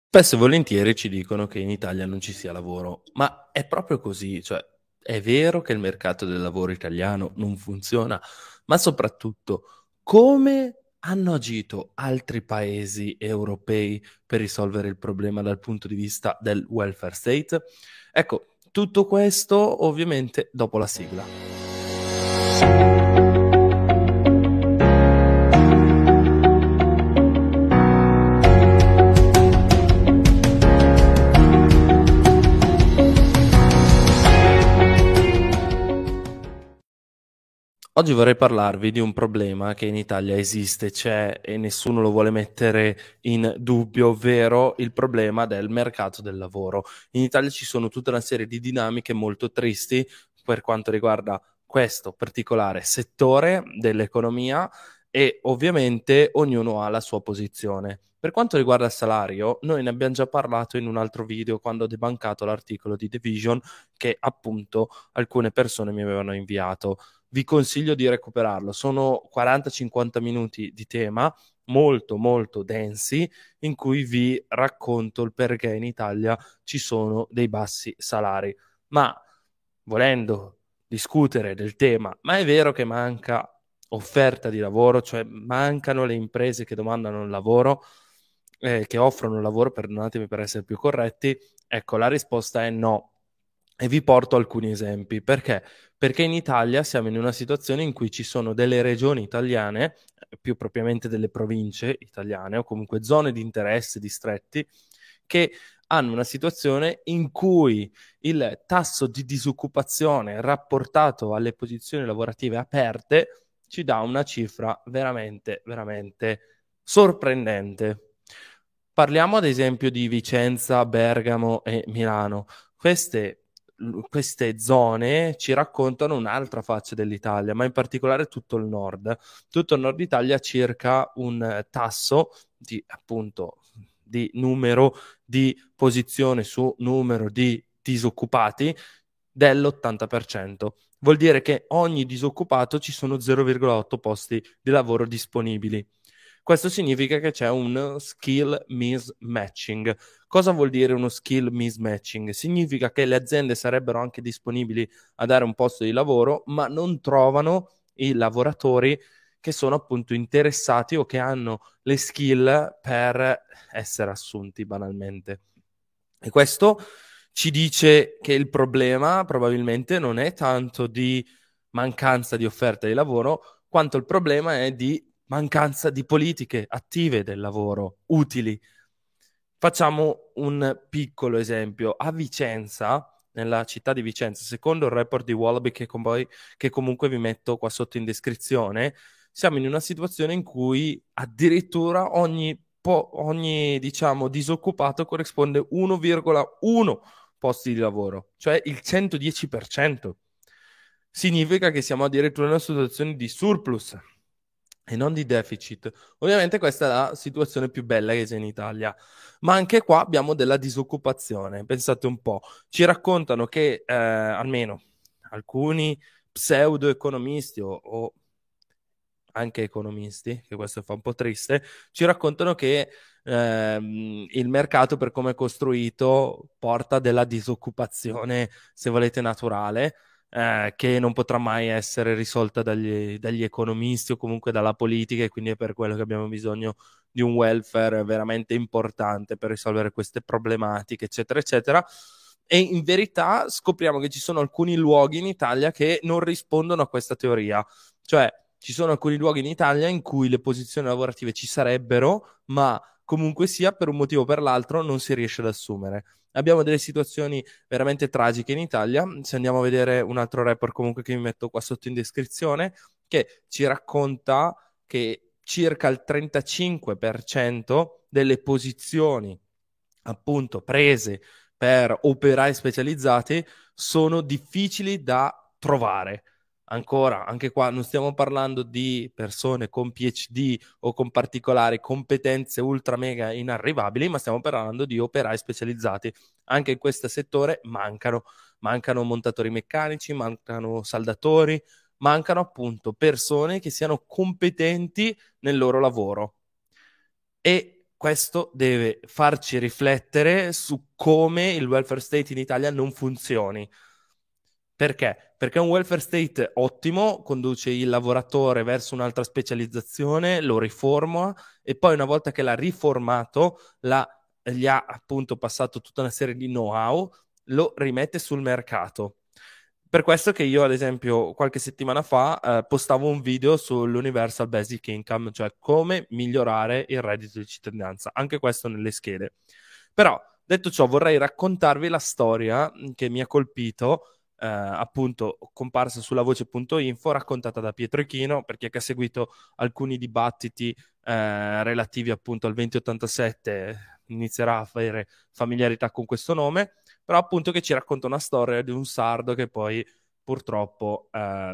Spesso e volentieri ci dicono che in Italia non ci sia lavoro, ma è proprio così, cioè è vero che il mercato del lavoro italiano non funziona, ma soprattutto come hanno agito altri paesi europei per risolvere il problema dal punto di vista del welfare state? Ecco, tutto questo ovviamente dopo la sigla. Oggi vorrei parlarvi di un problema che in Italia esiste, c'è e nessuno lo vuole mettere in dubbio, ovvero il problema del mercato del lavoro. In Italia ci sono tutta una serie di dinamiche molto tristi per quanto riguarda questo particolare settore dell'economia e ovviamente ognuno ha la sua posizione. Per quanto riguarda il salario, noi ne abbiamo già parlato in un altro video quando ho debancato l'articolo di The Vision che appunto alcune persone mi avevano inviato. Vi consiglio di recuperarlo. Sono 40-50 minuti di tema molto molto densi in cui vi racconto il perché in Italia ci sono dei bassi salari. Ma volendo discutere del tema, ma è vero che manca offerta di lavoro, cioè mancano le imprese che domandano il lavoro, che offrono il lavoro, perdonatemi per essere più corretti, ecco, la risposta è no. E vi porto alcuni esempi. Perché? Perché in Italia siamo in una situazione in cui ci sono delle regioni italiane, più propriamente delle province italiane, o comunque zone di interesse, distretti, che hanno una situazione in cui il tasso di disoccupazione rapportato alle posizioni lavorative aperte ci dà una cifra veramente, veramente sorprendente. Parliamo ad esempio di Vicenza, Bergamo e Milano. Queste zone ci raccontano un'altra faccia dell'Italia, ma in particolare tutto il nord. Tutto il nord Italia ha circa un tasso di appunto di numero di posizione su numero di disoccupati dell'80%. Vuol dire che ogni disoccupato ci sono 0,8 posti di lavoro disponibili. Questo significa che c'è un skill mismatching. Cosa vuol dire uno skill mismatching? Significa che le aziende sarebbero anche disponibili a dare un posto di lavoro, ma non trovano i lavoratori che sono appunto interessati o che hanno le skill per essere assunti banalmente. E questo ci dice che il problema probabilmente non è tanto di mancanza di offerta di lavoro, quanto il problema è di mancanza di politiche attive del lavoro utili. Facciamo un piccolo esempio. A Vicenza, nella città di Vicenza, secondo il report di Wallaby che comunque vi metto qua sotto in descrizione, siamo in una situazione in cui addirittura ogni diciamo, disoccupato corrisponde 1,1 posti di lavoro, cioè il 110%. Significa che siamo addirittura in una situazione di surplus e non di deficit. Ovviamente questa è la situazione più bella che c'è in Italia, ma anche qua abbiamo della disoccupazione. Pensate un po', ci raccontano che almeno alcuni pseudo-economisti o anche economisti, che questo fa un po' triste, ci raccontano che il mercato per come è costruito porta della disoccupazione, se volete, naturale, che non potrà mai essere risolta dagli economisti o comunque dalla politica e quindi è per quello che abbiamo bisogno di un welfare veramente importante per risolvere queste problematiche, eccetera, eccetera. E in verità scopriamo che ci sono alcuni luoghi in Italia che non rispondono a questa teoria. Cioè, ci sono alcuni luoghi in Italia in cui le posizioni lavorative ci sarebbero, ma comunque sia per un motivo o per l'altro non si riesce ad assumere. Abbiamo delle situazioni veramente tragiche in Italia. Se andiamo a vedere un altro report comunque che vi metto qua sotto in descrizione, che ci racconta che circa il 35% delle posizioni appunto prese per operai specializzati sono difficili da trovare. Ancora, anche qua non stiamo parlando di persone con PhD o con particolari competenze ultra mega inarrivabili, ma stiamo parlando di operai specializzati. Anche in questo settore mancano montatori meccanici, mancano saldatori, mancano appunto persone che siano competenti nel loro lavoro. E questo deve farci riflettere su come il welfare state in Italia non funzioni. Perché? Perché un welfare state ottimo conduce il lavoratore verso un'altra specializzazione, lo riforma e poi una volta che l'ha riformato, gli ha appunto passato tutta una serie di know-how, lo rimette sul mercato. Per questo che io, ad esempio, qualche settimana fa postavo un video sull'Universal Basic Income, cioè come migliorare il reddito di cittadinanza, anche questo nelle schede. Però, detto ciò, vorrei raccontarvi la storia che mi ha colpito, appunto comparsa sulla voce.info, raccontata da Pietro Ichino, per chi ha seguito alcuni dibattiti relativi appunto al 2087 inizierà a avere familiarità con questo nome, però appunto che ci racconta una storia di un sardo che poi purtroppo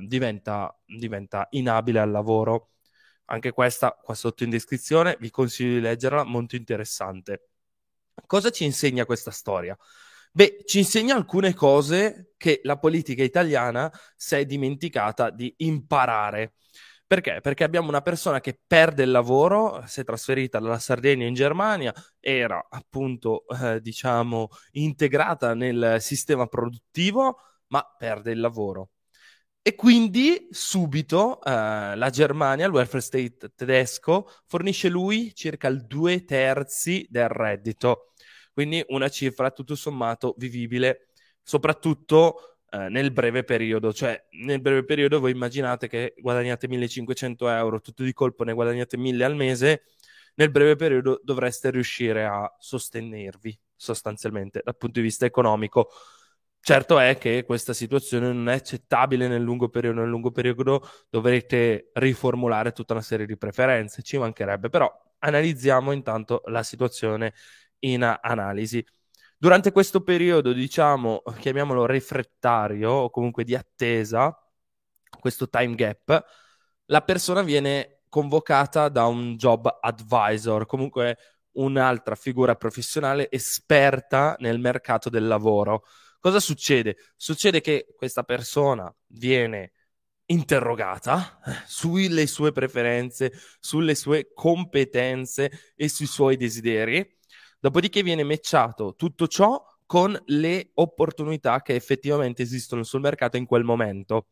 diventa inabile al lavoro. Anche questa qua sotto in descrizione, vi consiglio di leggerla, molto interessante. Cosa ci insegna questa storia? Beh, ci insegna alcune cose che la politica italiana si è dimenticata di imparare. Perché? Perché abbiamo una persona che perde il lavoro, si è trasferita dalla Sardegna in Germania, era appunto, diciamo, integrata nel sistema produttivo, ma perde il lavoro. E quindi subito la Germania, il welfare state tedesco, fornisce lui circa il 2/3 del reddito, quindi una cifra tutto sommato vivibile, soprattutto nel breve periodo. Cioè, nel breve periodo voi immaginate che guadagnate 1500 euro, tutto di colpo ne guadagnate 1000 al mese, nel breve periodo dovreste riuscire a sostenervi sostanzialmente dal punto di vista economico. Certo è che questa situazione non è accettabile nel lungo periodo. Nel lungo periodo dovrete riformulare tutta una serie di preferenze, ci mancherebbe, però analizziamo intanto la situazione in analisi. Durante questo periodo, diciamo, chiamiamolo refrattario o comunque di attesa, questo time gap, la persona viene convocata da un job advisor, comunque un'altra figura professionale esperta nel mercato del lavoro. Cosa succede? Succede che questa persona viene interrogata sulle sue preferenze, sulle sue competenze e sui suoi desideri, dopodiché viene matchato tutto ciò con le opportunità che effettivamente esistono sul mercato in quel momento.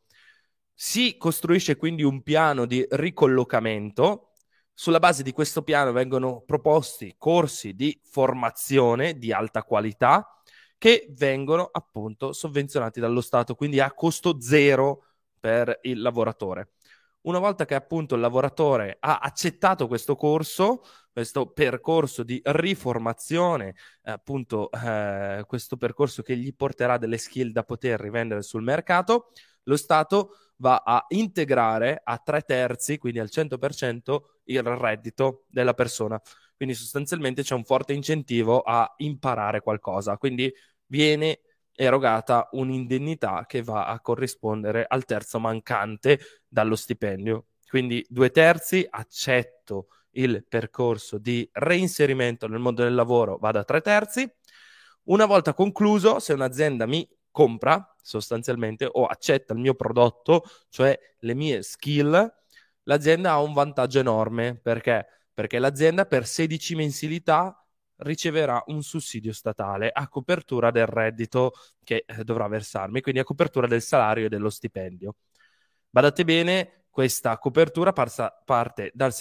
Si costruisce quindi un piano di ricollocamento. Sulla base di questo piano vengono proposti corsi di formazione di alta qualità che vengono appunto sovvenzionati dallo Stato, quindi a costo zero per il lavoratore. Una volta che appunto il lavoratore ha accettato questo corso, questo percorso di riformazione, appunto questo percorso che gli porterà delle skill da poter rivendere sul mercato, lo Stato va a integrare a 3/3, quindi al 100%, il reddito della persona. Quindi sostanzialmente c'è un forte incentivo a imparare qualcosa. Quindi viene erogata un'indennità che va a corrispondere al terzo mancante dallo stipendio. Quindi 2/3, accetto il percorso di reinserimento nel mondo del lavoro, vado a 3/3. Una volta concluso, se un'azienda mi compra sostanzialmente o accetta il mio prodotto, cioè le mie skill, l'azienda ha un vantaggio enorme. Perché? Perché l'azienda per 16 mensilità riceverà un sussidio statale a copertura del reddito che dovrà versarmi, quindi a copertura del salario e dello stipendio. Badate bene, questa copertura parte dal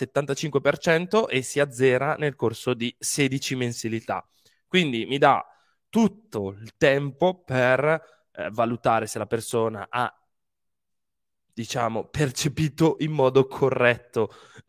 75% e si azzera nel corso di 16 mensilità. Quindi mi dà tutto il tempo per valutare se la persona ha, diciamo, percepito in modo corretto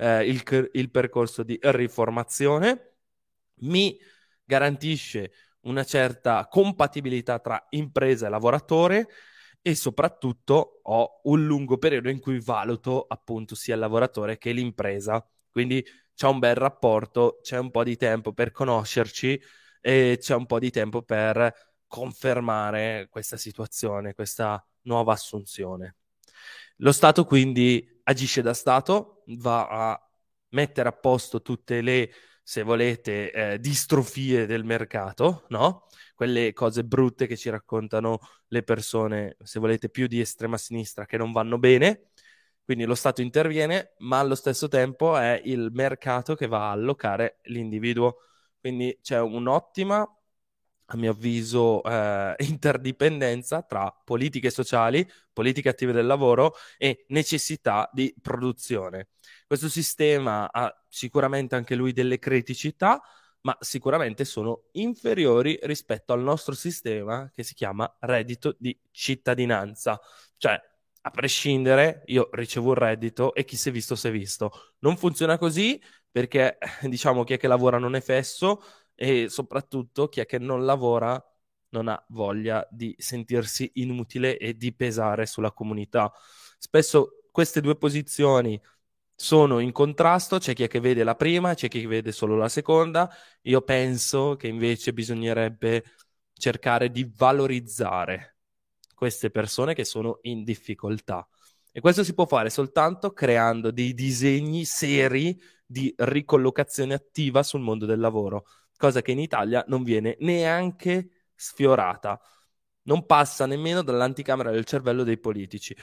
il percorso di riformazione, mi garantisce una certa compatibilità tra impresa e lavoratore e soprattutto ho un lungo periodo in cui valuto appunto sia il lavoratore che l'impresa. Quindi c'è un bel rapporto, c'è un po' di tempo per conoscerci e c'è un po' di tempo per confermare questa situazione, questa nuova assunzione. Lo Stato quindi agisce da Stato, va a mettere a posto tutte le, se volete, distrofie del mercato, no? Quelle cose brutte che ci raccontano le persone, se volete, più di estrema sinistra che non vanno bene. Quindi lo Stato interviene, ma allo stesso tempo è il mercato che va a allocare l'individuo. Quindi c'è un'ottima, a mio avviso, interdipendenza tra politiche sociali, politiche attive del lavoro e necessità di produzione. Questo sistema ha sicuramente anche lui delle criticità, ma sicuramente sono inferiori rispetto al nostro sistema che si chiama reddito di cittadinanza. Cioè, a prescindere, io ricevo un reddito e chi si è visto si è visto. Non funziona così perché, diciamo, chi è che lavora non è fesso e soprattutto chi è che non lavora non ha voglia di sentirsi inutile e di pesare sulla comunità. Spesso queste due posizioni sono in contrasto, c'è chi è che vede la prima, c'è chi vede solo la seconda. Io penso che invece bisognerebbe cercare di valorizzare queste persone che sono in difficoltà. E questo si può fare soltanto creando dei disegni seri di ricollocazione attiva sul mondo del lavoro, cosa che in Italia non viene neanche sfiorata. Non passa nemmeno dall'anticamera del cervello dei politici.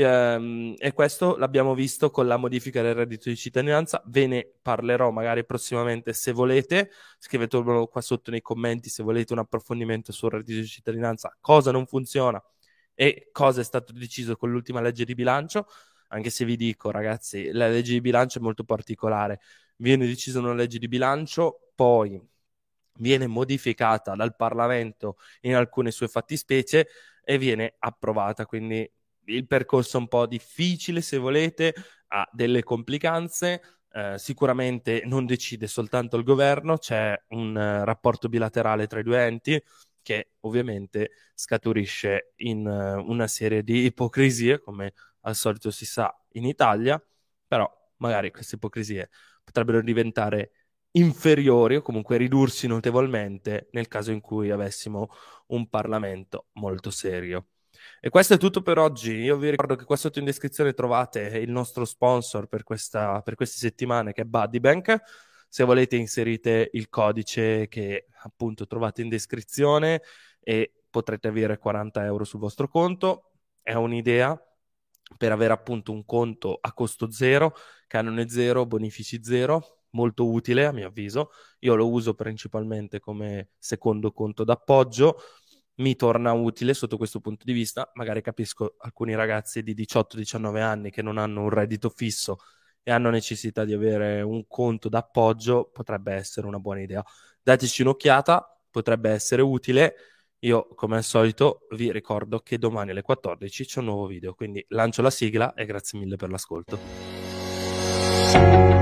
E questo l'abbiamo visto con la modifica del reddito di cittadinanza. Ve ne parlerò magari prossimamente se volete. Scrivetemelo qua sotto nei commenti se volete un approfondimento sul reddito di cittadinanza, cosa non funziona e cosa è stato deciso con l'ultima legge di bilancio. Anche se vi dico, ragazzi, la legge di bilancio è molto particolare. Viene decisa una legge di bilancio, poi viene modificata dal Parlamento in alcune sue fattispecie e viene approvata. Quindi il percorso è un po' difficile, se volete, ha delle complicanze. Sicuramente non decide soltanto il governo, c'è un rapporto bilaterale tra i due enti che ovviamente scaturisce in una serie di ipocrisie, come al solito si sa in Italia, però magari queste ipocrisie potrebbero diventare inferiori o comunque ridursi notevolmente nel caso in cui avessimo un Parlamento molto serio. E questo è tutto per oggi. Io vi ricordo che qua sotto in descrizione trovate il nostro sponsor per queste settimane, che è Buddybank. Se volete inserite il codice che appunto trovate in descrizione e potrete avere 40 euro sul vostro conto. È un'idea per avere appunto un conto a costo zero, canone zero, bonifici zero, molto utile a mio avviso. Io lo uso principalmente come secondo conto d'appoggio, mi torna utile sotto questo punto di vista. Magari capisco alcuni ragazzi di 18-19 anni che non hanno un reddito fisso e hanno necessità di avere un conto d'appoggio, potrebbe essere una buona idea. Dateci un'occhiata, potrebbe essere utile. Io, come al solito, vi ricordo che domani alle 14 c'è un nuovo video, quindi lancio la sigla e grazie mille per l'ascolto.